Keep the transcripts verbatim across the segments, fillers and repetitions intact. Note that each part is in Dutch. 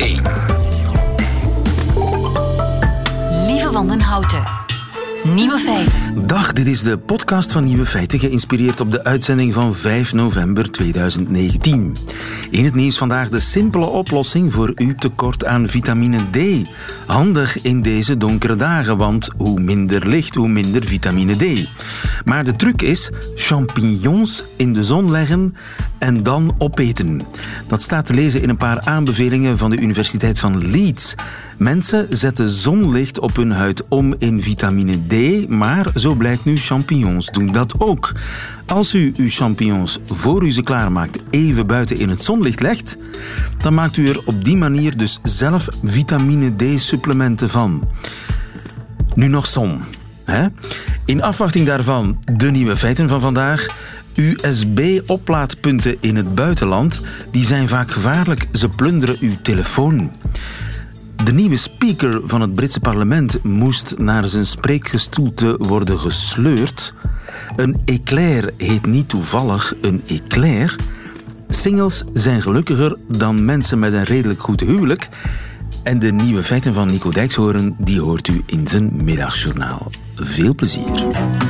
één. Lieve Wandenhouten. Nieuwe feiten. Dag, dit is de podcast van Nieuwe Feiten, geïnspireerd op de uitzending van vijf november tweeduizend negentien. In het nieuws vandaag de simpele oplossing voor uw tekort aan vitamine D. Handig in deze donkere dagen, want hoe minder licht, hoe minder vitamine D. Maar de truc is champignons in de zon leggen en dan opeten. Dat staat te lezen in een paar aanbevelingen van de Universiteit van Leeds. Mensen zetten zonlicht op hun huid om in vitamine D, maar zo blijkt nu, champignons doen dat ook. Als u uw champignons, voor u ze klaarmaakt, even buiten in het zonlicht legt, dan maakt u er op die manier dus zelf vitamine D-supplementen van. Nu nog zon. Hè? In afwachting daarvan de nieuwe feiten van vandaag. U S B-oplaadpunten in het buitenland, die zijn vaak gevaarlijk. Ze plunderen uw telefoon. De nieuwe speaker van het Britse parlement moest naar zijn spreekgestoelte worden gesleurd. Een éclair heet niet toevallig een éclair. Singles zijn gelukkiger dan mensen met een redelijk goed huwelijk. En de nieuwe feiten van Nico Dijkshoorn, die hoort u in zijn middagjournaal. Veel plezier.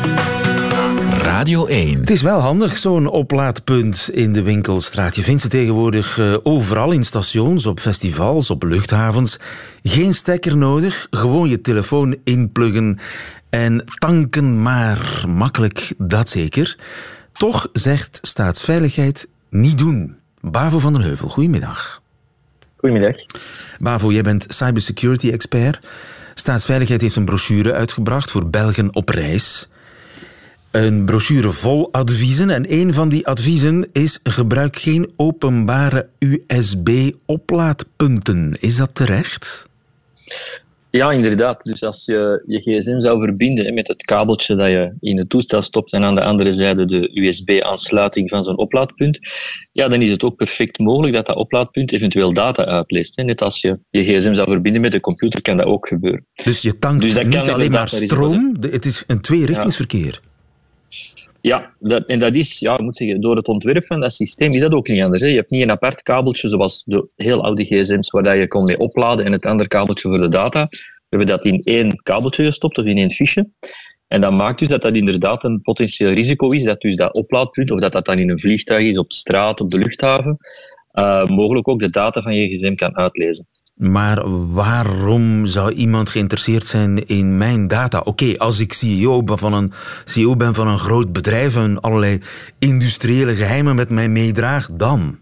Radio één. Het is wel handig, zo'n oplaadpunt in de winkelstraat. Je vindt ze tegenwoordig uh, overal in stations, op festivals, op luchthavens. Geen stekker nodig, gewoon je telefoon inpluggen en tanken maar. Makkelijk, dat zeker. Toch zegt Staatsveiligheid niet doen. Bavo van der Heuvel, goedemiddag. Goedemiddag. Bavo, jij bent cybersecurity-expert. Staatsveiligheid heeft een brochure uitgebracht voor Belgen op reis. Een brochure vol adviezen en een van die adviezen is: gebruik geen openbare U S B-oplaadpunten. Is dat terecht? Ja, inderdaad. Dus als je je gsm zou verbinden met het kabeltje dat je in het toestel stopt en aan de andere zijde de U S B-aansluiting van zo'n oplaadpunt, ja, dan is het ook perfect mogelijk dat dat oplaadpunt eventueel data uitleest. Net als je je gsm zou verbinden met de computer, kan dat ook gebeuren. Dus je tankt dus niet alleen maar stroom, het is een tweerichtingsverkeer. Ja. Ja, dat, en dat is, ja, ik moet zeggen, door het ontwerp van dat systeem is dat ook niet anders. Hè. Je hebt niet een apart kabeltje zoals de heel oude gsm's waar je kon mee opladen en het andere kabeltje voor de data. We hebben dat in één kabeltje gestopt of in één fiche. En dat maakt dus dat dat inderdaad een potentieel risico is, dat dus dat oplaadpunt, of dat dat dan in een vliegtuig is, op straat, op de luchthaven, uh, mogelijk ook de data van je gsm kan uitlezen. Maar waarom zou iemand geïnteresseerd zijn in mijn data? Oké, okay, als ik C E O ben van een, C E O ben van een groot bedrijf en allerlei industriële geheimen met mij meedraag, dan?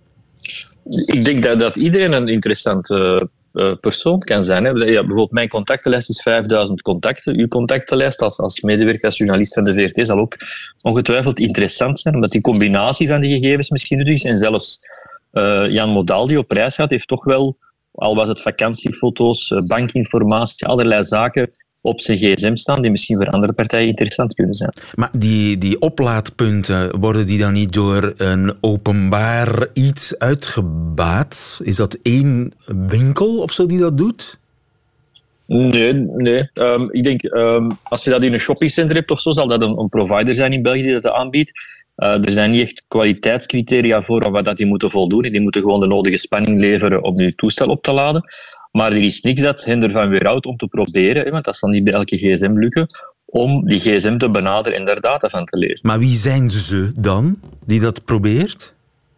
Ik denk dat, dat iedereen een interessante uh, persoon kan zijn. Hè. Ja, bijvoorbeeld mijn contactenlijst is vijfduizend contacten. Uw contactenlijst als, als medewerker, als journalist van de V R T zal ook ongetwijfeld interessant zijn, omdat die combinatie van die gegevens misschien nuttig is. En zelfs uh, Jan Modaal, die op reis gaat, heeft toch wel, al was het vakantiefoto's, bankinformatie, allerlei zaken op zijn gsm staan die misschien voor andere partijen interessant kunnen zijn. Maar die, die oplaadpunten, worden die dan niet door een openbaar iets uitgebaat? Is dat één winkel of zo die dat doet? Nee, nee. Um, ik denk, um, als je dat in een shoppingcenter hebt of zo, zal dat een, een provider zijn in België die dat aanbiedt. Uh, er zijn niet echt kwaliteitscriteria voor wat dat die moeten voldoen. Die moeten gewoon de nodige spanning leveren om je toestel op te laden. Maar er is niks dat hen ervan weerhoudt om te proberen, hè, want dat zal niet bij elke gsm lukken, om die gsm te benaderen en daar data van te lezen. Maar wie zijn ze dan, die dat probeert?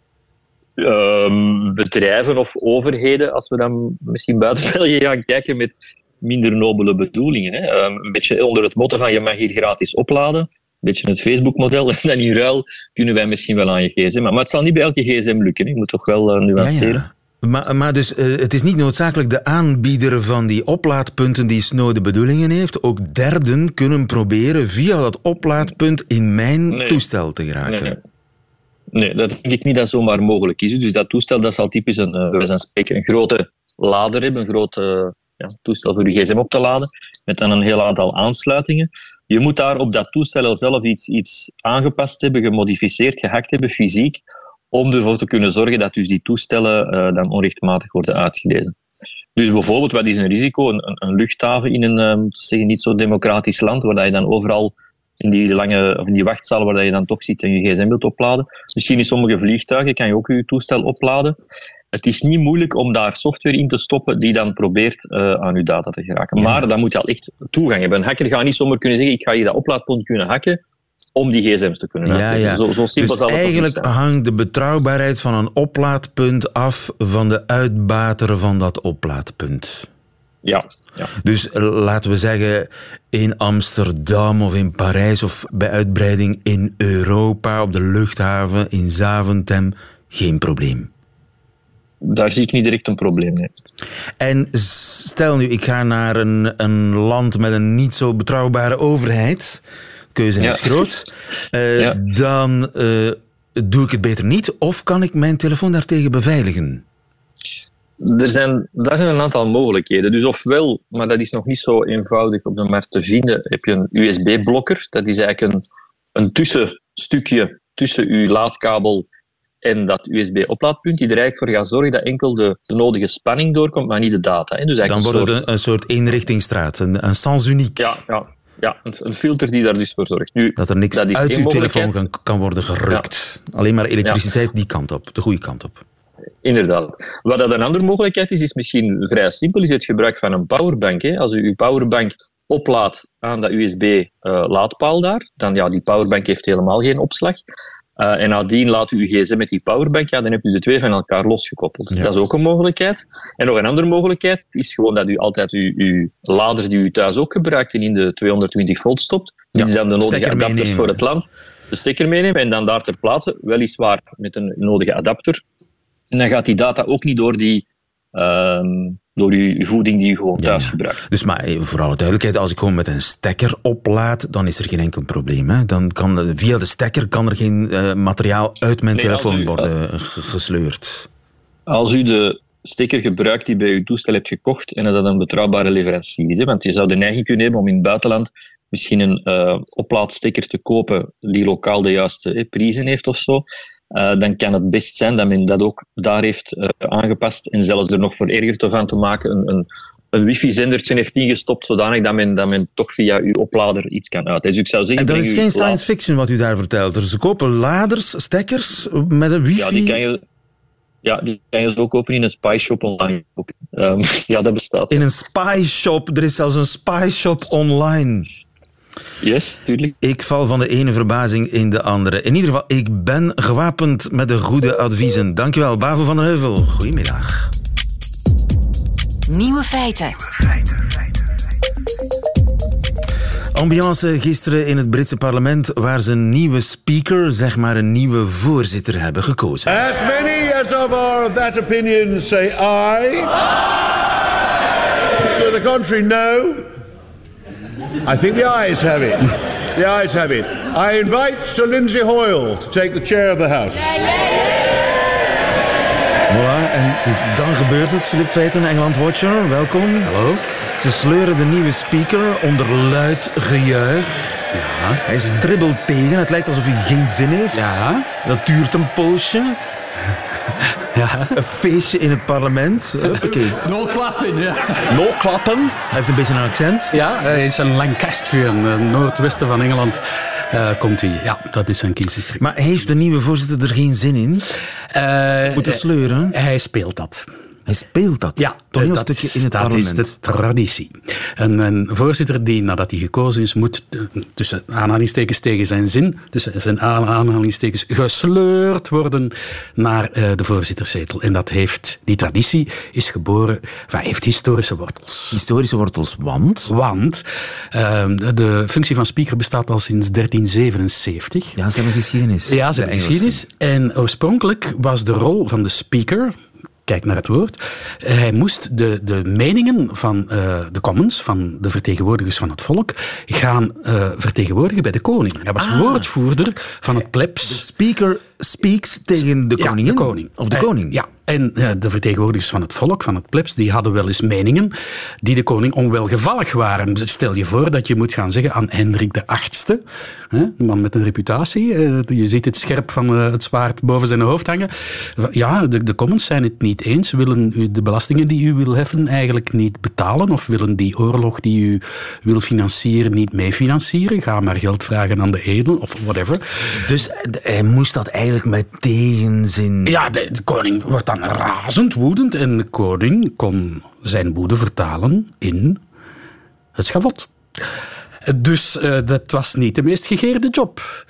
Um, bedrijven of overheden, als we dan misschien buiten België gaan kijken met minder nobele bedoelingen. Hè. Um, een beetje onder het motto van je mag hier gratis opladen. Een beetje het Facebook-model. En dan in ruil kunnen wij misschien wel aan je gsm. Maar het zal niet bij elke gsm lukken. Hè. Je moet toch wel uh, nuanceren. Ja, ja. Maar, maar dus, uh, het is niet noodzakelijk de aanbieder van die oplaadpunten die snode bedoelingen heeft. Ook derden kunnen proberen via dat oplaadpunt in mijn nee. toestel te geraken. Nee, nee. nee, dat denk ik niet dat zomaar mogelijk is. Dus dat toestel dat zal typisch een, uh, we zijn spreken, een grote lader hebben, een groot uh, ja, toestel voor je gsm op te laden, met dan een heel aantal aansluitingen. Je moet daar op dat toestel zelf iets, iets aangepast hebben, gemodificeerd, gehackt hebben, fysiek, om ervoor te kunnen zorgen dat dus die toestellen uh, dan onrechtmatig worden uitgelezen. Dus bijvoorbeeld, wat is een risico? Een, een, een luchthaven in een uh, zeggen, niet zo democratisch land, waar je dan overal in die lange, of in die wachtzaal waar je dan toch zit en je gsm wilt opladen. Misschien in sommige vliegtuigen kan je ook je toestel opladen. het is niet moeilijk om daar software in te stoppen die dan probeert uh, aan uw data te geraken. Ja. Maar dan moet je al echt toegang hebben. Een hacker gaat niet zomaar kunnen zeggen, ik ga hier dat oplaadpunt kunnen hacken om die gsm's te kunnen ja, uitlezen. Ja. Zo, zo simpel dus zal het eigenlijk hangt de betrouwbaarheid van een oplaadpunt af van de uitbater van dat oplaadpunt. Ja, ja. Dus laten we zeggen in Amsterdam of in Parijs of bij uitbreiding in Europa, op de luchthaven, in Zaventem, geen probleem. Daar zie ik niet direct een probleem mee. En stel nu, ik ga naar een, een land met een niet zo betrouwbare overheid, keuze is ja. groot, uh, ja. dan uh, doe ik het beter niet, of kan ik mijn telefoon daartegen beveiligen? Er zijn, daar zijn een aantal mogelijkheden. Dus ofwel, maar dat is nog niet zo eenvoudig op de markt te vinden, heb je een U S B-blokker. Dat is eigenlijk een, een tussenstukje tussen uw laadkabel en dat U S B-oplaadpunt, die er eigenlijk voor gaat zorgen dat enkel de, de nodige spanning doorkomt, maar niet de data. Hè. Dus dan wordt het soort... een, een soort eenrichtingsstraat, een, een sens unique. Ja, ja, ja een, een filter die daar dus voor zorgt. Nu, dat er niks dat uit uw telefoon kan, kan worden gerukt. Ja. Alleen maar elektriciteit ja. die kant op, de goede kant op. Inderdaad. Wat dat een andere mogelijkheid is, is misschien vrij simpel, is het gebruik van een powerbank. Hè. Als u uw powerbank oplaadt aan dat U S B-laadpaal uh, daar, dan ja, die powerbank heeft helemaal geen opslag. Uh, en nadien laat u uw gsm met die powerbank, ja, dan heb je de twee van elkaar losgekoppeld. Ja. Dat is ook een mogelijkheid. En nog een andere mogelijkheid is gewoon dat u altijd uw, uw lader die u thuis ook gebruikt en in de tweehonderdtwintig volt stopt, die ja. zijn de nodige adapters meenemen. Voor het land, de stekker meenemen en dan daar ter plaatse, weliswaar met een nodige adapter. En dan gaat die data ook niet door die... Um, door uw voeding die u gewoon thuis ja, ja. gebruikt. Dus maar voor alle duidelijkheid, als ik gewoon met een stekker oplaad, dan is er geen enkel probleem. Hè? Dan kan via de stekker kan er geen uh, materiaal uit mijn nee, telefoon u, worden uh, gesleurd. Als u de stekker gebruikt die bij uw toestel hebt gekocht en als dat een betrouwbare leverancier is, hè? Want je zou de neiging kunnen hebben om in het buitenland misschien een uh, oplaadstekker te kopen die lokaal de juiste hè, prijzen heeft of zo. Uh, dan kan het best zijn dat men dat ook daar heeft uh, aangepast en zelfs er nog voor erger van te maken een, een, een wifi-zendertje heeft ingestopt, zodanig dat men, dat men toch via uw oplader iets kan uit. Dus ik zou zeggen, en dat is geen science fiction wat u daar vertelt. Dus ze kopen laders, stekkers met een wifi... Ja, die kan je, ja, die kan je ook kopen in een spy shop online. Um, ja, dat bestaat. In een spy shop? Er is zelfs een spy shop online. Yes, tuurlijk. Ik val van de ene verbazing in de andere. In ieder geval, ik ben gewapend met de goede adviezen. Dankjewel, Bavo van den Heuvel. Goedemiddag. Nieuwe feiten. Ambiance gisteren in het Britse parlement, waar ze een nieuwe speaker, zeg maar een nieuwe voorzitter, hebben gekozen. As many as of our that opinion say aye. To the contrary, no. I think the ayes have it. The ayes have it. I invite Sir Lindsay Hoyle to take the chair of the House. Voilà, en dan gebeurt het. Filip Feiten, Engeland Watcher, welkom. Hallo. Ze sleuren de nieuwe speaker onder luid gejuich. Ja. Hij stribbelt tegen, het lijkt alsof hij geen zin heeft. Ja. Dat duurt een poosje. Ja. Een feestje in het parlement. Okay. No klappen, ja. No klappen. Hij heeft een beetje een accent. Ja, hij is een Lancastrian, noordwesten van Engeland. Uh, komt hij. Ja, dat is zijn kiesdistrict. Maar heeft de nieuwe voorzitter er geen zin in? Ze moeten sleuren. Uh, hij speelt dat. Hij speelt dat. Ja, toneelstukje in het dat parlement. Dat is de traditie. Een, een voorzitter die, nadat hij gekozen is, moet tussen aanhalingstekens tegen zijn zin, tussen zijn aanhalingstekens gesleurd worden naar uh, de voorzitterszetel. En dat heeft, die traditie is geboren, enfin, heeft historische wortels. Historische wortels, want? Want uh, de functie van speaker bestaat al sinds dertien zevenenzeventig. Ja, ze hebben geschiedenis. Ja, ze hebben geschiedenis. En oorspronkelijk was de rol van de speaker... Kijk naar het woord. Hij moest de, de meningen van uh, de commons, van de vertegenwoordigers van het volk, gaan uh, vertegenwoordigen bij de koning. Hij was ah. woordvoerder van het plebs. De speaker speaks tegen de koningin? Ja, de koning. Of de koning? Ja. En uh, de vertegenwoordigers van het volk, van het plebs, die hadden wel eens meningen die de koning onwelgevallig waren. Dus stel je voor dat je moet gaan zeggen aan Hendrik de achtste, hè, een man met een reputatie, uh, je ziet het scherp van uh, het zwaard boven zijn hoofd hangen. Ja, de, de commons zijn het niet eens, willen u de belastingen die u wil heffen eigenlijk niet betalen, of willen die oorlog die u wil financieren niet meefinancieren. Ga maar geld vragen aan de edelen, of whatever. Dus hij moest dat eigenlijk met tegenzin... Ja, de, de koning wordt dan dan razend woedend en de koning kon zijn woede vertalen in het schavot. Dus uh, dat was niet de meest gegeerde job.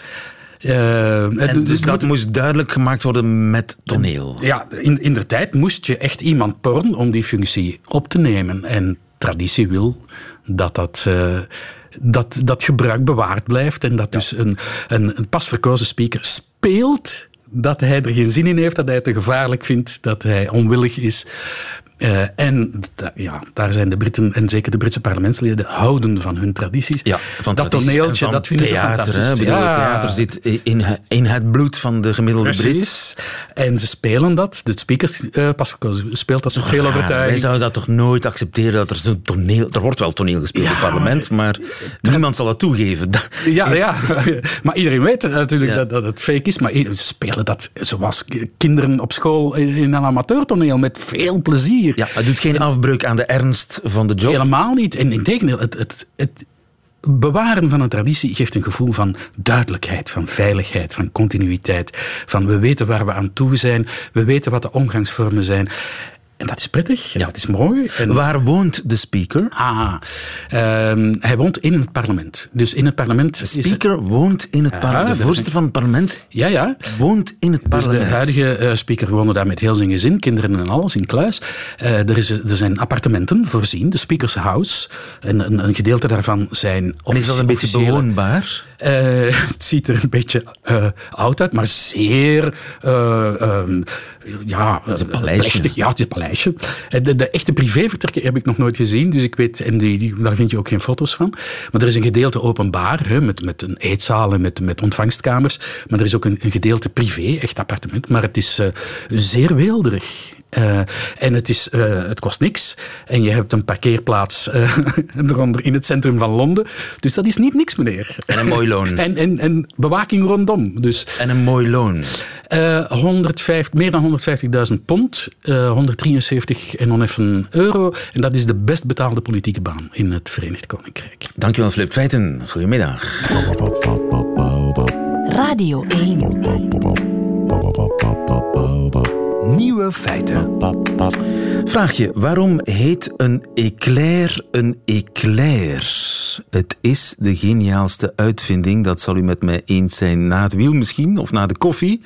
Uh, en dus dat moet, moest duidelijk gemaakt worden met toneel. Ja, in, in der tijd moest je echt iemand porren om die functie op te nemen. En traditie wil dat dat... Uh, Dat, dat gebruik bewaard blijft en dat ja. dus een, een, een pas verkozen speaker speelt dat hij er geen zin in heeft, dat hij het te gevaarlijk vindt, dat hij onwillig is. Uh, en da, ja, daar zijn de Britten, en zeker de Britse parlementsleden, houden van hun tradities. Ja, van dat toneeltje, dat vinden theater, ze fantastisch. Hè? Bedoel, ja. Theater zit in, in het bloed van de gemiddelde Brit. En ze spelen dat. De speaker uh, pas speelt dat nog veel overtuiging. Wij zouden dat toch nooit accepteren dat er zo'n toneel... Er wordt wel toneel gespeeld ja, in het parlement, maar dat, niemand zal dat toegeven. Ja, ja, maar iedereen weet natuurlijk ja. dat, dat het fake is. Maar ze spelen dat zoals kinderen op school in een amateurtoneel met veel plezier. Ja, het doet geen afbreuk aan de ernst van de job. Helemaal niet. En integendeel, het, het, het bewaren van een traditie geeft een gevoel van duidelijkheid, van veiligheid, van continuïteit. Van we weten waar we aan toe zijn, we weten wat de omgangsvormen zijn. En dat is prettig, en ja. dat is mooi. En waar woont de speaker? Ah, uh, hij woont in het parlement. Dus in het parlement... De speaker is... woont in het ja, parlement. De voorzitter van het parlement ja, ja. woont in het parlement. Dus de huidige uh, speaker woonde daar met heel zijn gezin, kinderen en alles, in Kluis. Uh, er, is, er zijn appartementen voorzien, de Speaker's House. En een, een gedeelte daarvan zijn... En is dat een beetje bewoonbaar? Uh, het ziet er een beetje uh, oud uit, maar zeer... Uh, um, ja, het is een paleisje. Plechtig, ja, het is een paleisje. De, de echte privévertrekken heb ik nog nooit gezien, dus ik weet, en die, die, daar vind je ook geen foto's van. Maar er is een gedeelte openbaar, hè, met, met een eetzaal en met, met ontvangstkamers. Maar er is ook een, een gedeelte privé, echt appartement. Maar het is uh, zeer weelderig. Uh, en het, is, uh, het kost niks. En je hebt een parkeerplaats uh, eronder in het centrum van Londen. Dus dat is niet niks, meneer. En een mooi loon. en, en, en bewaking rondom. Dus, en een mooi loon. Uh, honderdvijftig, meer dan honderdvijftigduizend pond. Uh, honderddrieënzeventig en oneffen euro. En dat is de best betaalde politieke baan in het Verenigd Koninkrijk. Dankjewel, Flip Feiten. Goedemiddag. Radio één. Nieuwe feiten. Vraag je, waarom heet een éclair een éclair? Het is de geniaalste uitvinding, dat zal u met mij eens zijn, na het wiel misschien, of na de koffie.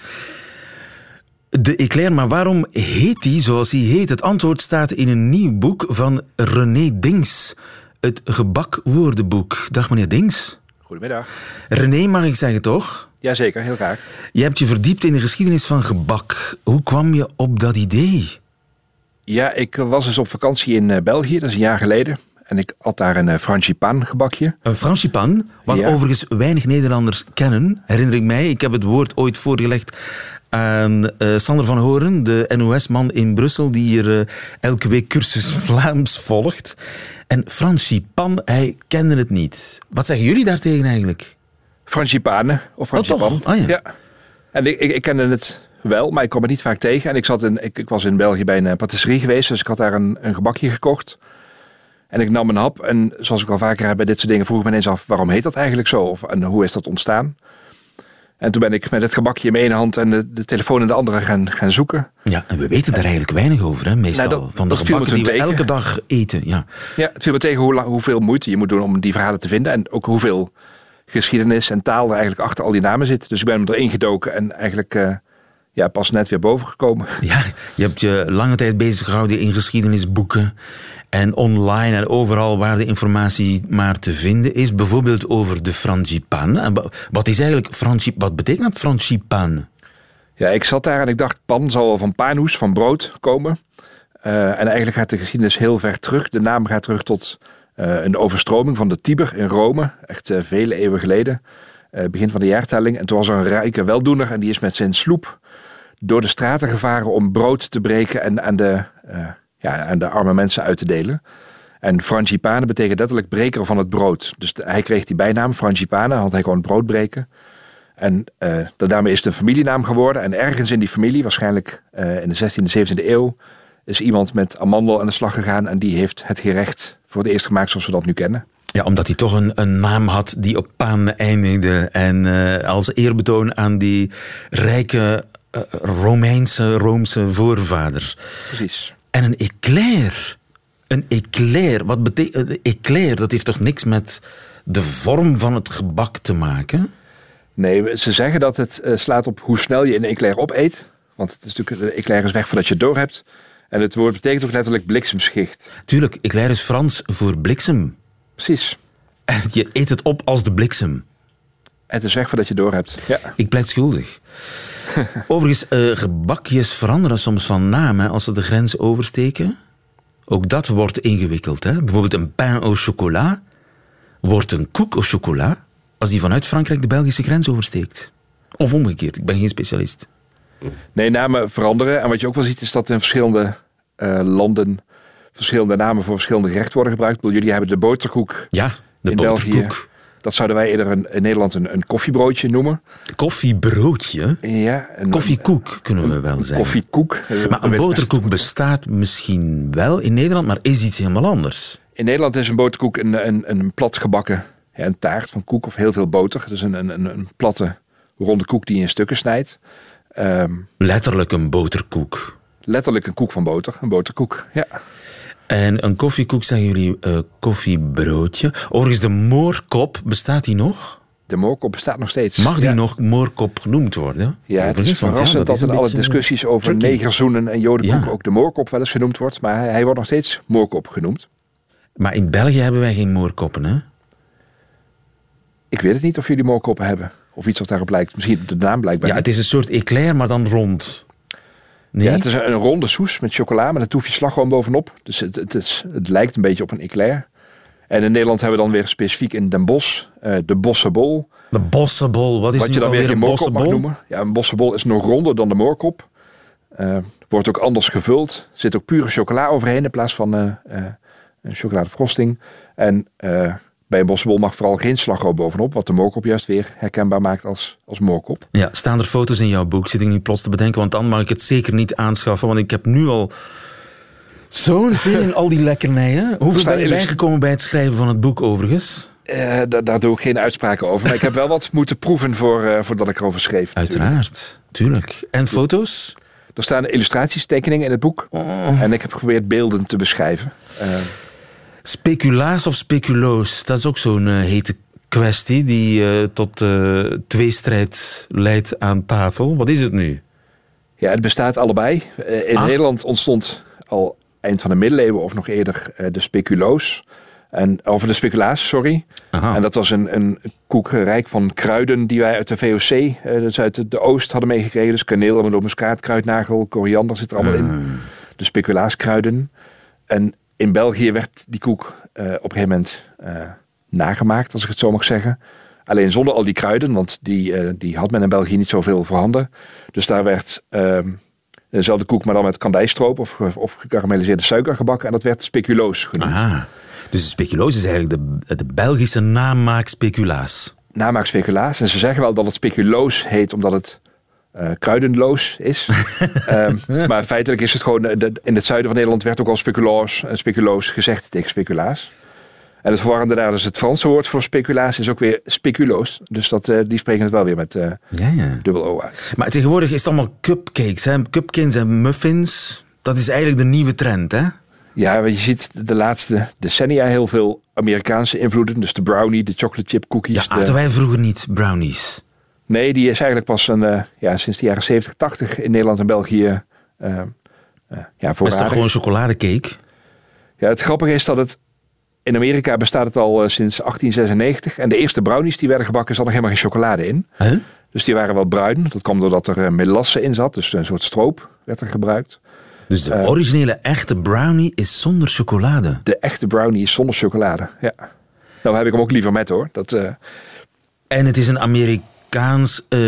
De éclair, maar waarom heet die zoals die heet? Het antwoord staat in een nieuw boek van René Dings. Het gebakwoordenboek. Dag meneer Dings. Goedemiddag. René, mag ik zeggen toch? Jazeker, heel graag. Je hebt je verdiept in de geschiedenis van gebak. Hoe kwam je op dat idee? Ja, ik was eens op vakantie in België, dat is een jaar geleden. En ik had daar een frangipan gebakje. Een frangipan, wat ja. overigens weinig Nederlanders kennen, herinner ik mij. Ik heb het woord ooit voorgelegd aan uh, Sander van Horen, de N O S-man in Brussel, die hier uh, elke week cursus Vlaams volgt. En frangipan, hij kende het niet. Wat zeggen jullie daartegen eigenlijk? Frangipane of frangipan. Oh, toch? Ah, ja. ja. En ik, ik, ik kende het wel, maar ik kwam het niet vaak tegen. En ik, zat in, ik, ik was in België bij een patisserie geweest, dus ik had daar een, een gebakje gekocht. En ik nam een hap en zoals ik al vaker heb bij dit soort dingen, vroeg ik me ineens af, waarom heet dat eigenlijk zo? Of, en hoe is dat ontstaan? En toen ben ik met het gebakje in mijn ene hand en de, de telefoon in de andere gaan, gaan zoeken. Ja, en we weten daar eigenlijk weinig over, hè, meestal. Nou, dat, van de dat gebakken die we tegen. elke dag eten. Ja, ja het viel me tegen hoe, hoeveel moeite je moet doen om die verhalen te vinden. En ook hoeveel geschiedenis en taal er eigenlijk achter al die namen zit. Dus ik ben erin gedoken en eigenlijk uh, ja, pas net weer boven gekomen. Ja, je hebt je lange tijd bezig gehouden in geschiedenisboeken en online en overal waar de informatie maar te vinden is. Bijvoorbeeld over de frangipan. En wat is eigenlijk frangipan? Wat betekent dat, frangipan? Ja, ik zat daar en ik dacht, pan zal wel van panus, van brood komen. Uh, en eigenlijk gaat de geschiedenis heel ver terug. De naam gaat terug tot uh, een overstroming van de Tiber in Rome. Echt uh, vele eeuwen geleden. Uh, begin van de jaartelling. En toen was er een rijke weldoener en die is met zijn sloep door de straten gevaren om brood te breken en aan de, uh, ja, aan de arme mensen uit te delen. En frangipane betekent letterlijk breker van het brood. Dus de, hij kreeg die bijnaam, frangipane, had hij gewoon brood breken. En uh, daarmee is het een familienaam geworden. En ergens in die familie, waarschijnlijk uh, in de zestiende, zeventiende eeuw, is iemand met amandel aan de slag gegaan en die heeft het gerecht voor het eerst gemaakt zoals we dat nu kennen. Ja, omdat hij toch een, een naam had die op paan eindigde. En uh, als eerbetoon aan die rijke uh, Romeinse, Roomse voorvader. Precies. En een éclair. Een éclair. Wat betekent een éclair? Dat heeft toch niks met de vorm van het gebak te maken? Nee, ze zeggen dat het uh, slaat op hoe snel je een éclair opeet. Want het is natuurlijk, de éclair is weg voordat je het door hebt. En het woord betekent ook letterlijk bliksemschicht. Tuurlijk, éclair is Frans voor bliksem. Precies. En je eet het op als de bliksem. Het is weg voordat je door hebt. Ja. Ik pleit schuldig. Overigens, uh, gebakjes veranderen soms van naam hè, als ze de grens oversteken. Ook dat wordt ingewikkeld. Hè. Bijvoorbeeld een pain au chocolat wordt een koek au chocolat als die vanuit Frankrijk de Belgische grens oversteekt. Of omgekeerd, ik ben geen specialist. Nee, namen veranderen. En wat je ook wel ziet is dat in verschillende uh, landen verschillende namen voor verschillende gerechten worden gebruikt. Ik bedoel, jullie hebben de boterkoek ja, de in boterkoek. België. Dat zouden wij eerder een, in Nederland een, een koffiebroodje noemen. Koffiebroodje? Ja. Een, Koffiekoek kunnen we wel zeggen. Koffiekoek. Maar een boterkoek bestaat misschien wel in Nederland, maar is iets helemaal anders. In Nederland is een boterkoek een, een, een plat gebakken ja, een taart van koek of heel veel boter. Dus een, een, een platte ronde koek die je in stukken snijdt. Um, Letterlijk een boterkoek. Letterlijk een koek van boter. Een boterkoek, ja. En een koffiekoek, zeggen jullie, uh, koffiebroodje. Overigens, de moorkop, bestaat die nog? De moorkop bestaat nog steeds. Mag die ja. nog moorkop genoemd worden? Ja, het is verrassend ja, dat, dat in alle discussies over tricky. negerzoenen en jodenkoek ja. ook de moorkop wel eens genoemd wordt. Maar hij, hij wordt nog steeds moorkop genoemd. Maar in België hebben wij geen moorkoppen, hè? Ik weet het niet of jullie moorkoppen hebben. Of iets wat daarop lijkt. Misschien de naam blijkbaar. Ja, het is een soort éclair, maar dan rond. Nee? Ja, het is een ronde soes met chocola, maar daar toef je slagroom bovenop. Dus het, het, is, het lijkt een beetje op een éclair. En in Nederland hebben we dan weer specifiek in Den Bosch uh, de bossebol. De bossebol, wat is wat je dan weer geen moorkop mag noemen. Ja, een bossebol is nog ronder dan de moorkop. Uh, wordt ook anders gevuld. Er zit ook pure chocola overheen in plaats van uh, uh, een chocoladefrosting. En uh, bij een bossebol mag vooral geen slagroom bovenop, wat de moorkop juist weer herkenbaar maakt als, als moorkop. Ja, staan er foto's in jouw boek? Zit ik nu plots te bedenken, want dan mag ik het zeker niet aanschaffen, want ik heb nu al zo'n zin in al die lekkernijen. Hoeveel ben je bijgekomen bij het schrijven van het boek overigens? Uh, da- daar doe ik geen uitspraken over, maar ik heb wel wat moeten proeven voor, uh, voordat ik erover schreef. Uiteraard, natuurlijk. tuurlijk. En foto's? Er staan illustraties, tekeningen in het boek. Oh. En ik heb geprobeerd beelden te beschrijven. Uh, Speculaas of speculoos, dat is ook zo'n uh, hete kwestie die uh, tot uh, tweestrijd leidt aan tafel. Wat is het nu? Ja, het bestaat allebei. Uh, in ah. Nederland ontstond al eind van de middeleeuwen of nog eerder uh, de speculoos. En, of de speculaas, sorry. Aha. En dat was een, een koek rijk van kruiden die wij uit de V O C, uh, dus uit de Oost, hadden meegekregen. Dus kaneel, amandelmuskaat, kruidnagel, koriander zit er allemaal uh. in. De speculaaskruiden. En in België werd die koek uh, op een gegeven moment uh, nagemaakt, als ik het zo mag zeggen. Alleen zonder al die kruiden, want die, uh, die had men in België niet zoveel voorhanden. Dus daar werd uh, dezelfde koek, maar dan met kandijstroop of, of gekarameliseerde suiker gebakken. En dat werd speculoos genoemd. Aha. Dus de speculoos is eigenlijk de, de Belgische namaak speculaas. Namaak speculaas. En ze zeggen wel dat het speculoos heet omdat het uh, kruidenloos is. um, maar feitelijk is het gewoon, de, in het zuiden van Nederland werd ook al speculoos, speculoos gezegd tegen speculaas. En het verwarrende daar is het Franse woord voor speculaas is ook weer speculoos. Dus dat, uh, die spreken het wel weer met uh, ja, ja. dubbel O uit. Maar tegenwoordig is het allemaal cupcakes. Hè? Cupcakes en muffins. Dat is eigenlijk de nieuwe trend, hè? Ja, je ziet de laatste decennia heel veel Amerikaanse invloeden. Dus de brownie, de chocolate chip cookies. Ja, hadden de... wij vroeger niet brownies? Nee, die is eigenlijk pas een, uh, ja, sinds de jaren zeventig, tachtig in Nederland en België uh, uh, ja, voorradig. Maar is dat gewoon chocoladecake? Ja, het grappige is dat het in Amerika bestaat het al uh, sinds achttien zesennegentig. En de eerste brownies die werden gebakken, zat nog helemaal geen chocolade in. Huh? Dus die waren wel bruin. Dat kwam doordat er uh, melasse in zat. Dus een soort stroop werd er gebruikt. Dus de uh, originele echte brownie is zonder chocolade? De echte brownie is zonder chocolade, ja. Nou heb ik hem ook liever met, hoor. Dat, uh... En het is een Amerikaans uh,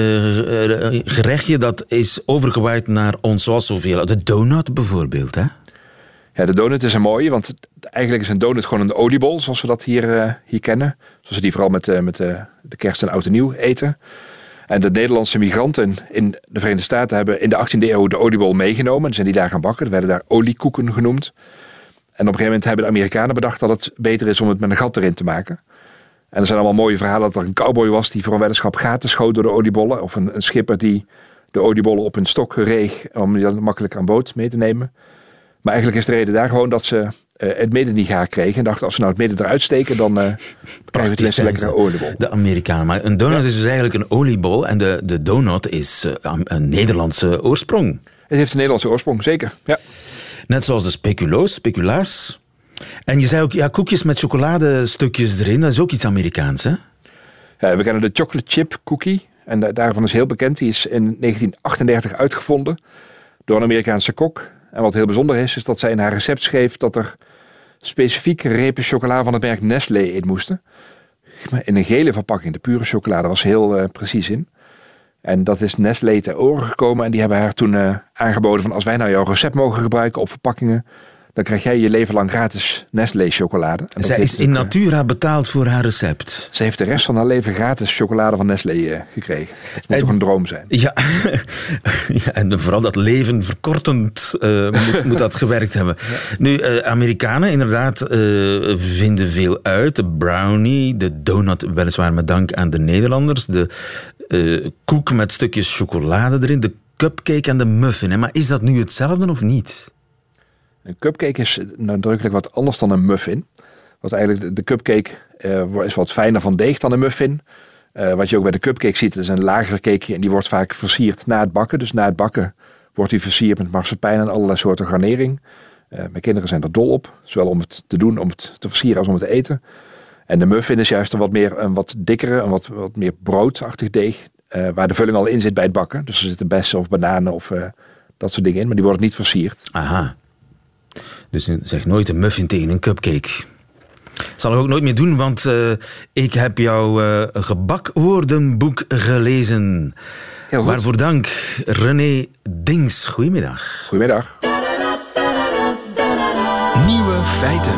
uh, gerechtje dat is overgewaaid naar ons zoals zoveel. De donut bijvoorbeeld, hè? Ja, de donut is een mooie, want eigenlijk is een donut gewoon een oliebol, zoals we dat hier, uh, hier kennen. Zoals we die vooral met, uh, met uh, de kerst en oud en nieuw eten. En de Nederlandse migranten in de Verenigde Staten hebben in de achttiende eeuw de oliebol meegenomen. En zijn die daar gaan bakken. Er werden daar oliekoeken genoemd. En op een gegeven moment hebben de Amerikanen bedacht dat het beter is om het met een gat erin te maken. En er zijn allemaal mooie verhalen dat er een cowboy was die voor een weddenschap gaten schoot door de oliebollen. Of een, een schipper die de oliebollen op hun stok reeg om die dan makkelijk aan boord mee te nemen. Maar eigenlijk is de reden daar gewoon dat ze uh, het midden niet gaar kregen. En dachten, als ze nou het midden eruit steken, dan uh, krijgen we tenminste lekkere oliebol. De Amerikanen. Maar een donut ja. is dus eigenlijk een oliebol. En de, de donut is uh, een Nederlandse oorsprong. Het heeft een Nederlandse oorsprong, zeker. Ja. Net zoals de speculoos, speculaas. En je zei ook, ja, koekjes met chocoladestukjes erin. Dat is ook iets Amerikaans, hè? Ja, we kennen de chocolate chip cookie. En da- daarvan is heel bekend. Die is in negentien achtendertig uitgevonden door een Amerikaanse kok. En wat heel bijzonder is, is dat zij in haar recept schreef dat er specifiek repen chocola van het merk Nestlé in moesten. In een gele verpakking, de pure chocolade, was heel uh, precies in. En dat is Nestlé ter oren gekomen en die hebben haar toen uh, aangeboden van als wij nou jouw recept mogen gebruiken op verpakkingen, dan krijg jij je leven lang gratis Nestlé chocolade. En Zij is in natura betaald voor haar recept. Ze heeft de rest van haar leven gratis chocolade van Nestlé uh, gekregen. Dat moet en, toch een droom zijn. Ja, ja, en vooral dat leven verkortend uh, moet, moet dat gewerkt hebben. Ja. Nu, uh, Amerikanen inderdaad uh, vinden veel uit. De brownie, de donut, weliswaar met dank aan de Nederlanders. De uh, koek met stukjes chocolade erin. De cupcake en de muffin. Hè. Maar is dat nu hetzelfde of niet? Een cupcake is nadrukkelijk wat anders dan een muffin. Want eigenlijk de, de cupcake uh, is wat fijner van deeg dan een muffin. Uh, wat je ook bij de cupcake ziet, is een lager cakeje en die wordt vaak versierd na het bakken. Dus na het bakken wordt die versierd met marsepein en allerlei soorten garnering. Uh, mijn kinderen zijn er dol op. Zowel om het te doen, om het te versieren als om het te eten. En de muffin is juist een wat meer een wat dikkere, een wat, wat meer broodachtig deeg. Uh, waar de vulling al in zit bij het bakken. Dus er zitten bessen of bananen of uh, dat soort dingen in. Maar die worden niet versierd. Aha. Dus zeg nooit een muffin tegen een cupcake. Dat zal ik ook nooit meer doen, want uh, ik heb jouw uh, gebakwoordenboek gelezen. Waarvoor dank, René Dings. Goedemiddag. Goedemiddag. Nieuwe feiten.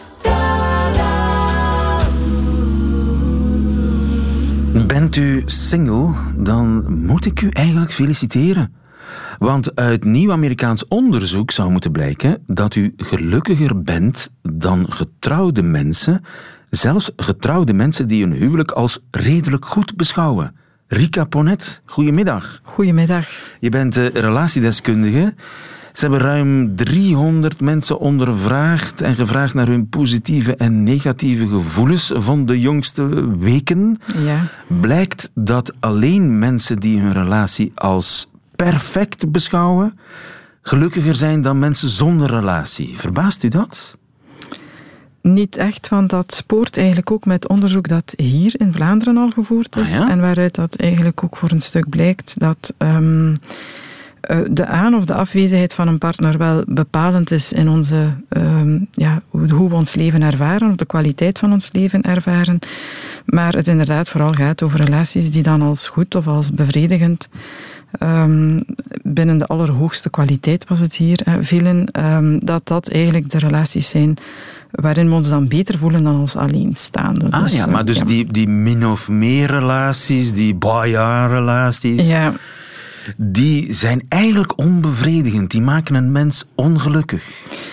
Bent u single, dan moet ik u eigenlijk feliciteren. Want uit nieuw Amerikaans onderzoek zou moeten blijken dat u gelukkiger bent dan getrouwde mensen, zelfs getrouwde mensen die hun huwelijk als redelijk goed beschouwen. Rika Ponet, goedemiddag. Goedemiddag. Je bent uh, relatiedeskundige. Ze hebben ruim driehonderd mensen ondervraagd en gevraagd naar hun positieve en negatieve gevoelens van de jongste weken. Ja. Blijkt dat alleen mensen die hun relatie als perfect beschouwen gelukkiger zijn dan mensen zonder relatie. Verbaast u dat? Niet echt, want dat spoort eigenlijk ook met onderzoek dat hier in Vlaanderen al gevoerd is. Ah, ja? En waaruit dat eigenlijk ook voor een stuk blijkt dat um, de aan- of de afwezigheid van een partner wel bepalend is in onze, um, ja, hoe we ons leven ervaren, of de kwaliteit van ons leven ervaren. Maar het inderdaad vooral gaat over relaties die dan als goed of als bevredigend Um, binnen de allerhoogste kwaliteit was het hier uh, vielen, um, dat dat eigenlijk de relaties zijn waarin we ons dan beter voelen dan als alleenstaande. Ah dus, ja, maar dus ja. die, die min of meer relaties, die bajaar-relaties, ja. die zijn eigenlijk onbevredigend. Die maken een mens ongelukkig.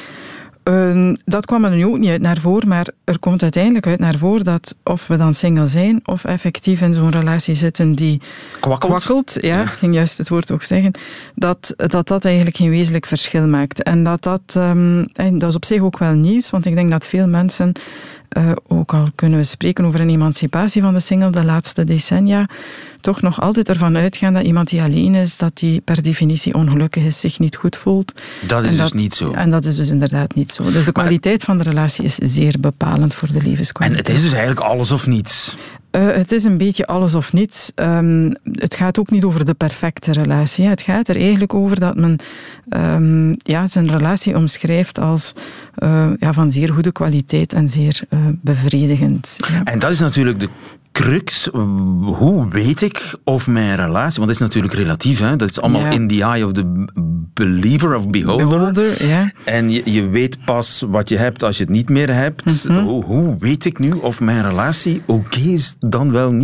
Uh, dat kwam er nu ook niet uit naar voren, maar er komt uiteindelijk uit naar voren dat of we dan single zijn of effectief in zo'n relatie zitten die kwakkelt, kwakkelt ja, ja. ik ging juist het woord ook zeggen, dat dat, dat eigenlijk geen wezenlijk verschil maakt. En dat dat, um, en dat is op zich ook wel nieuws, want ik denk dat veel mensen, uh, ook al kunnen we spreken over een emancipatie van de single de laatste decennia, toch nog altijd ervan uitgaan dat iemand die alleen is, dat die per definitie ongelukkig is, zich niet goed voelt. Dat is en dus dat, niet zo. En dat is dus inderdaad niet zo. Dus de kwaliteit van de relatie is zeer bepalend voor de levenskwaliteit. En het is dus eigenlijk alles of niets. Uh, het is een beetje alles of niets. Um, het gaat ook niet over de perfecte relatie. Het gaat er eigenlijk over dat men um, ja, zijn relatie omschrijft als uh, ja, van zeer goede kwaliteit en zeer uh, bevredigend. Ja. En dat is natuurlijk de crux. Hoe weet ik of mijn relatie... Want dat is natuurlijk relatief, hè? Dat is allemaal ja. in the eye of the believer of beholder. beholder ja. En je, je weet pas wat je hebt als je het niet meer hebt. Mm-hmm. Hoe, hoe weet ik nu of mijn relatie oké is dan wel niet?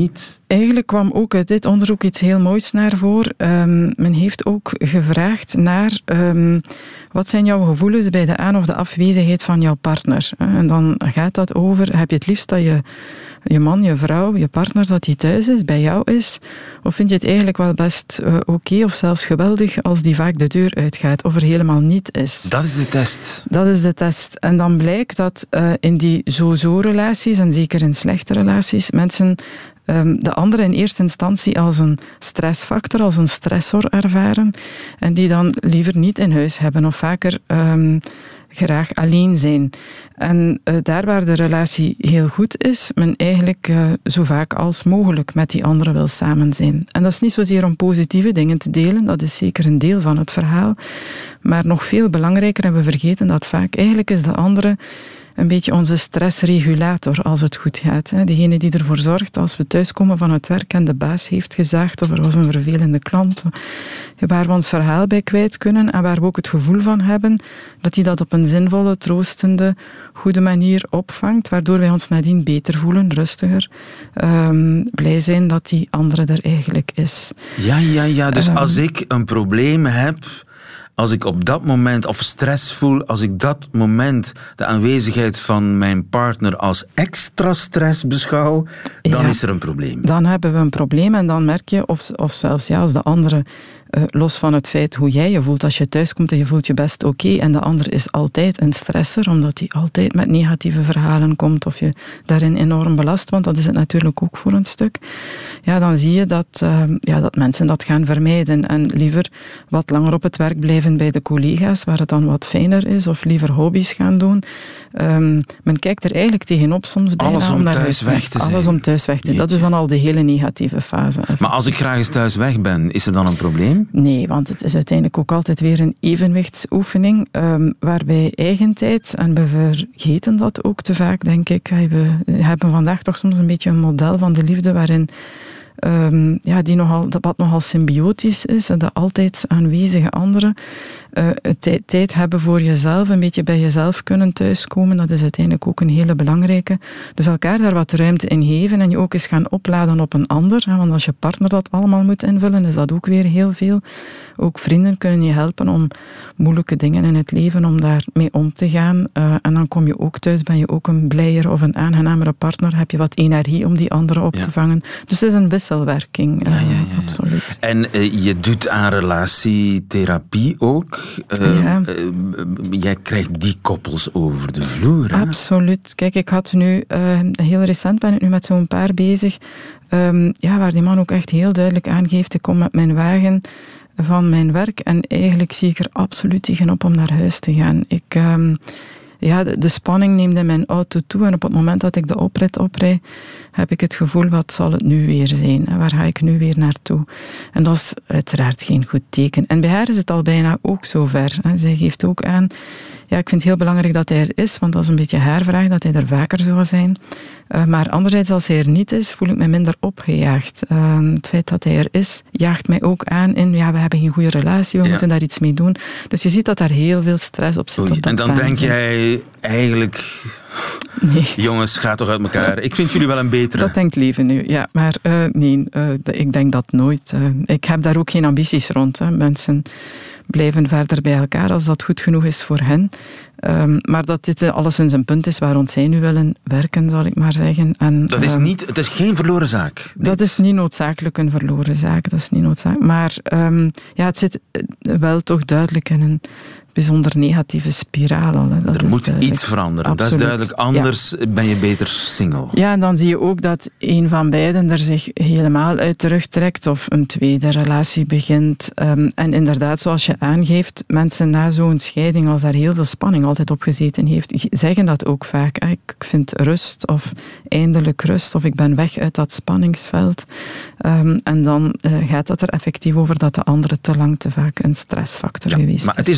Eigenlijk kwam ook uit dit onderzoek iets heel moois naar voren. Um, men heeft ook gevraagd naar um, wat zijn jouw gevoelens bij de aan- of de afwezigheid van jouw partner. En dan gaat dat over, heb je het liefst dat je, je man, je vrouw, je partner, dat die thuis is, bij jou is? Of vind je het eigenlijk wel best uh, oké okay, of zelfs geweldig als die vaak de deur uitgaat of er helemaal niet is? Dat is de test. Dat is de test. En dan blijkt dat uh, in die zo-zo relaties, en zeker in slechte relaties, mensen um, de andere in eerste instantie als een stressfactor, als een stressor ervaren en die dan liever niet in huis hebben of vaker um, graag alleen zijn. En uh, daar waar de relatie heel goed is, men eigenlijk uh, zo vaak als mogelijk met die andere wil samen zijn. En dat is niet zozeer om positieve dingen te delen, dat is zeker een deel van het verhaal, maar nog veel belangrijker, en we vergeten dat vaak, eigenlijk is de andere een beetje onze stressregulator als het goed gaat. Degene die ervoor zorgt als we thuiskomen van het werk en de baas heeft gezaagd of er was een vervelende klant, waar we ons verhaal bij kwijt kunnen en waar we ook het gevoel van hebben dat hij dat op een zinvolle, troostende, goede manier opvangt, waardoor wij ons nadien beter voelen, rustiger, um, blij zijn dat die andere er eigenlijk is. Ja, ja, ja. Dus Um, als ik een probleem heb, als ik op dat moment, of stress voel, als ik dat moment de aanwezigheid van mijn partner als extra stress beschouw, dan Ja. is er een probleem. Dan hebben we een probleem en dan merk je, of, of zelfs ja, als de andere, uh, los van het feit hoe jij je voelt, als je thuiskomt en je voelt je best oké okay, en de ander is altijd een stresser, omdat hij altijd met negatieve verhalen komt of je daarin enorm belast, want dat is het natuurlijk ook voor een stuk, ja, dan zie je dat, uh, ja, dat mensen dat gaan vermijden en liever wat langer op het werk blijven bij de collega's, waar het dan wat fijner is, of liever hobby's gaan doen. Um, men kijkt er eigenlijk tegenop soms bijna Alles om naar thuis huis weg te zijn. Alles om thuis weg te zijn. Dat is dan al de hele negatieve fase. Maar als ik graag eens thuis weg ben, is er dan een probleem? Nee, want het is uiteindelijk ook altijd weer een evenwichtsoefening, um, waarbij eigentijd, en we vergeten dat ook te vaak, denk ik, we hebben vandaag toch soms een beetje een model van de liefde waarin Um, ja, die nogal, dat wat nogal symbiotisch is, en de altijd aanwezige andere. Uh, tijd, tijd hebben voor jezelf, een beetje bij jezelf kunnen thuiskomen, dat is uiteindelijk ook een hele belangrijke. Dus elkaar daar wat ruimte in geven en je ook eens gaan opladen op een ander. Hè, want als je partner dat allemaal moet invullen, is dat ook weer heel veel. Ook vrienden kunnen je helpen om moeilijke dingen in het leven, om daarmee om te gaan. Uh, en dan kom je ook thuis, ben je ook een blijer of een aangenamere partner, heb je wat energie om die andere op Ja. te vangen. Dus het is een wisselwerking, uh, Ja, ja, ja. absoluut. En uh, je doet aan relatietherapie ook. Uh, Ja. uh, jij krijgt die koppels over de vloer. Hè? Absoluut. Kijk, ik had nu, uh, heel recent ben ik nu met zo'n paar bezig, um, ja, waar die man ook echt heel duidelijk aangeeft, ik kom met mijn wagen van mijn werk en eigenlijk zie ik er absoluut tegenop om naar huis te gaan. Ik... Um, Ja, de, de spanning neemt in mijn auto toe en op het moment dat ik de oprit oprij, heb ik het gevoel, wat zal het nu weer zijn? En waar ga ik nu weer naartoe? En dat is uiteraard geen goed teken. En bij haar is het al bijna ook zover. Hè. Zij geeft ook aan, ja, ik vind het heel belangrijk dat hij er is, want dat is een beetje haar vraag, dat hij er vaker zou zijn. Uh, maar anderzijds, als hij er niet is, voel ik me minder opgejaagd. Uh, het feit dat hij er is, jaagt mij ook aan in, ja, we hebben geen goede relatie, we Ja. moeten daar iets mee doen. Dus je ziet dat daar heel veel stress op zit. Oei, op dat en dan samen denk zijn. jij eigenlijk, Nee. jongens, ga toch uit elkaar. Ik vind jullie wel een betere. Dat denkt Leven nu, ja. Maar uh, nee, uh, ik denk dat nooit. Uh, ik heb daar ook geen ambities rond. Hè. Mensen blijven verder bij elkaar als dat goed genoeg is voor hen. Um, maar dat dit uh, alleszins een punt is waar rond zij nu willen werken, zal ik maar zeggen. En, Dat is um, niet, het is geen verloren zaak. Dat dit. is niet noodzakelijk een verloren zaak. Dat is niet noodzakelijk. Maar um, ja, het zit wel toch duidelijk in een bijzonder negatieve spiraal al. Hè. Dat Er is moet duidelijk. iets veranderen. Absoluut. Dat is duidelijk. Anders ben je beter single. Ja, en dan zie je ook dat een van beiden er zich helemaal uit terugtrekt of een tweede relatie begint. Um, en inderdaad, zoals je aangeeft, mensen na zo'n scheiding, als daar heel veel spanning altijd op gezeten heeft, zeggen dat ook vaak. Hè. Ik vind rust of eindelijk rust of ik ben weg uit dat spanningsveld. Um, en dan uh, gaat dat er effectief over dat de andere te lang te vaak een stressfactor Ja, geweest maar is. het is dus uh,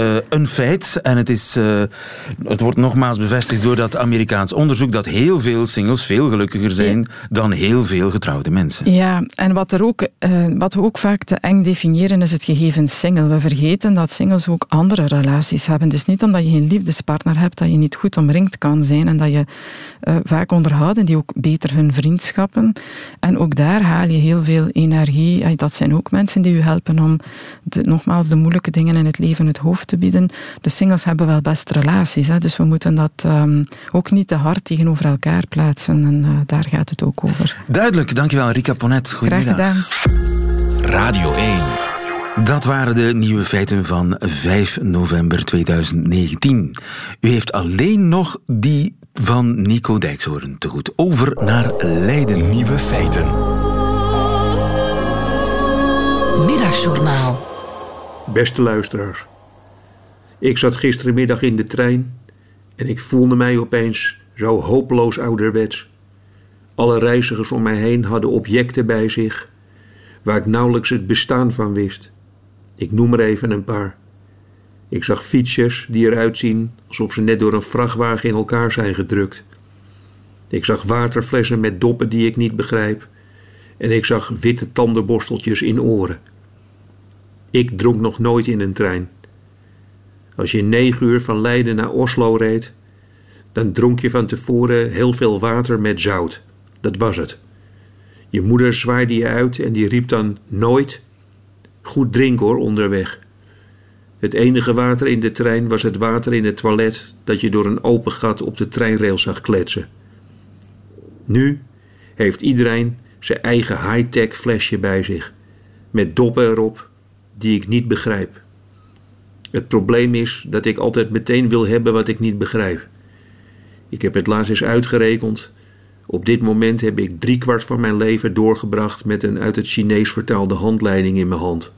uh, een feit. En het, is, uh, het wordt nogmaals bevestigd door dat Amerikaans onderzoek dat heel veel singles veel gelukkiger zijn ja. dan heel veel getrouwde mensen. Ja, en wat, er ook, uh, wat we ook vaak te eng definiëren is het gegeven single. We vergeten dat singles ook andere relaties hebben. Het is niet omdat je geen liefdespartner hebt dat je niet goed omringd kan zijn en dat je uh, vaak onderhouden die ook beter hun vriendschappen. En ook daar haal je heel veel energie. Dat zijn ook mensen die u helpen om de, nogmaals de moeilijke dingen in het leven het hoofd te bieden. De singles hebben wel best relaties, hè, dus we moeten dat um, ook niet te hard tegenover elkaar plaatsen. En uh, daar gaat het ook over. Duidelijk, dankjewel Rika Ponet. Goedemiddag. Graag gedaan. Radio één. Dat waren de nieuwe feiten van vijf november tweeduizend negentien. U heeft alleen nog die van Nico Dijkshoorn te goed. Over naar Leiden. Nieuwe feiten. Middagjournaal. Beste luisteraars. Ik zat gisterenmiddag in de trein en ik voelde mij opeens zo hopeloos ouderwets. Alle reizigers om mij heen hadden objecten bij zich waar ik nauwelijks het bestaan van wist. Ik noem er even een paar. Ik zag fietsjes die eruit zien alsof ze net door een vrachtwagen in elkaar zijn gedrukt. Ik zag waterflessen met doppen die ik niet begrijp. En ik zag witte tandenborsteltjes in oren. Ik dronk nog nooit in een trein. Als je negen uur van Leiden naar Oslo reed, dan dronk je van tevoren heel veel water met zout. Dat was het. Je moeder zwaaide je uit en die riep dan nooit: goed drinken hoor, onderweg. Het enige water in de trein was het water in het toilet dat je door een open gat op de treinrail zag kletsen. Nu heeft iedereen zijn eigen high-tech flesje bij zich, met doppen erop die ik niet begrijp. Het probleem is dat ik altijd meteen wil hebben wat ik niet begrijp. Ik heb het laatst eens uitgerekend. Op dit moment heb ik driekwart van mijn leven doorgebracht met een uit het Chinees vertaalde handleiding in mijn hand.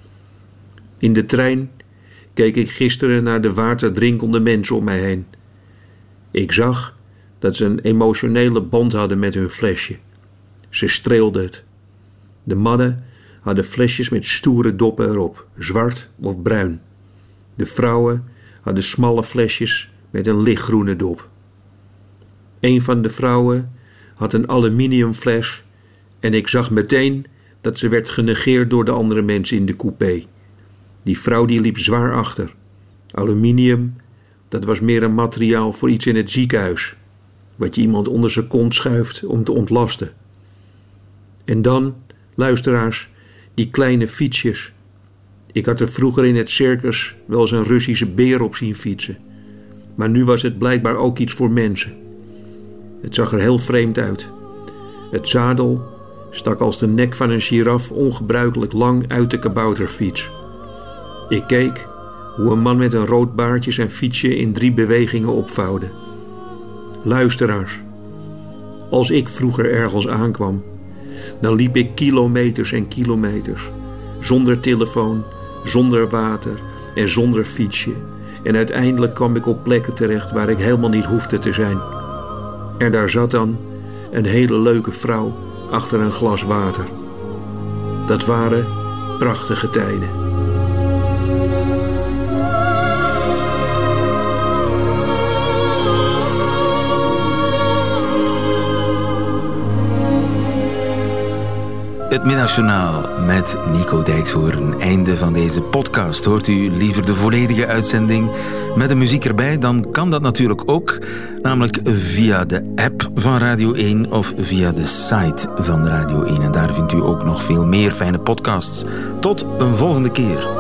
In de trein keek ik gisteren naar de waterdrinkende mensen om mij heen. Ik zag dat ze een emotionele band hadden met hun flesje. Ze streelden het. De mannen hadden flesjes met stoere doppen erop, zwart of bruin. De vrouwen hadden smalle flesjes met een lichtgroene dop. Een van de vrouwen had een aluminiumfles en ik zag meteen dat ze werd genegeerd door de andere mensen in de coupé. Die vrouw die liep zwaar achter. Aluminium, dat was meer een materiaal voor iets in het ziekenhuis, wat je iemand onder zijn kont schuift om te ontlasten. En dan, luisteraars, die kleine fietsjes. Ik had er vroeger in het circus wel eens een Russische beer op zien fietsen. Maar nu was het blijkbaar ook iets voor mensen. Het zag er heel vreemd uit. Het zadel stak als de nek van een giraf ongebruikelijk lang uit de kabouterfiets. Ik keek hoe een man met een rood baardje zijn fietsje in drie bewegingen opvouwde. Luisteraars, als ik vroeger ergens aankwam, dan liep ik kilometers en kilometers, zonder telefoon, zonder water en zonder fietsje. En uiteindelijk kwam ik op plekken terecht waar ik helemaal niet hoefde te zijn. En daar zat dan een hele leuke vrouw achter een glas water. Dat waren prachtige tijden. Het Middagjournaal met Nico Dijkshoorn. Einde van deze podcast. Hoort u liever de volledige uitzending met de muziek erbij? Dan kan dat natuurlijk ook. Namelijk via de app van Radio één of via de site van Radio één. En daar vindt u ook nog veel meer fijne podcasts. Tot een volgende keer.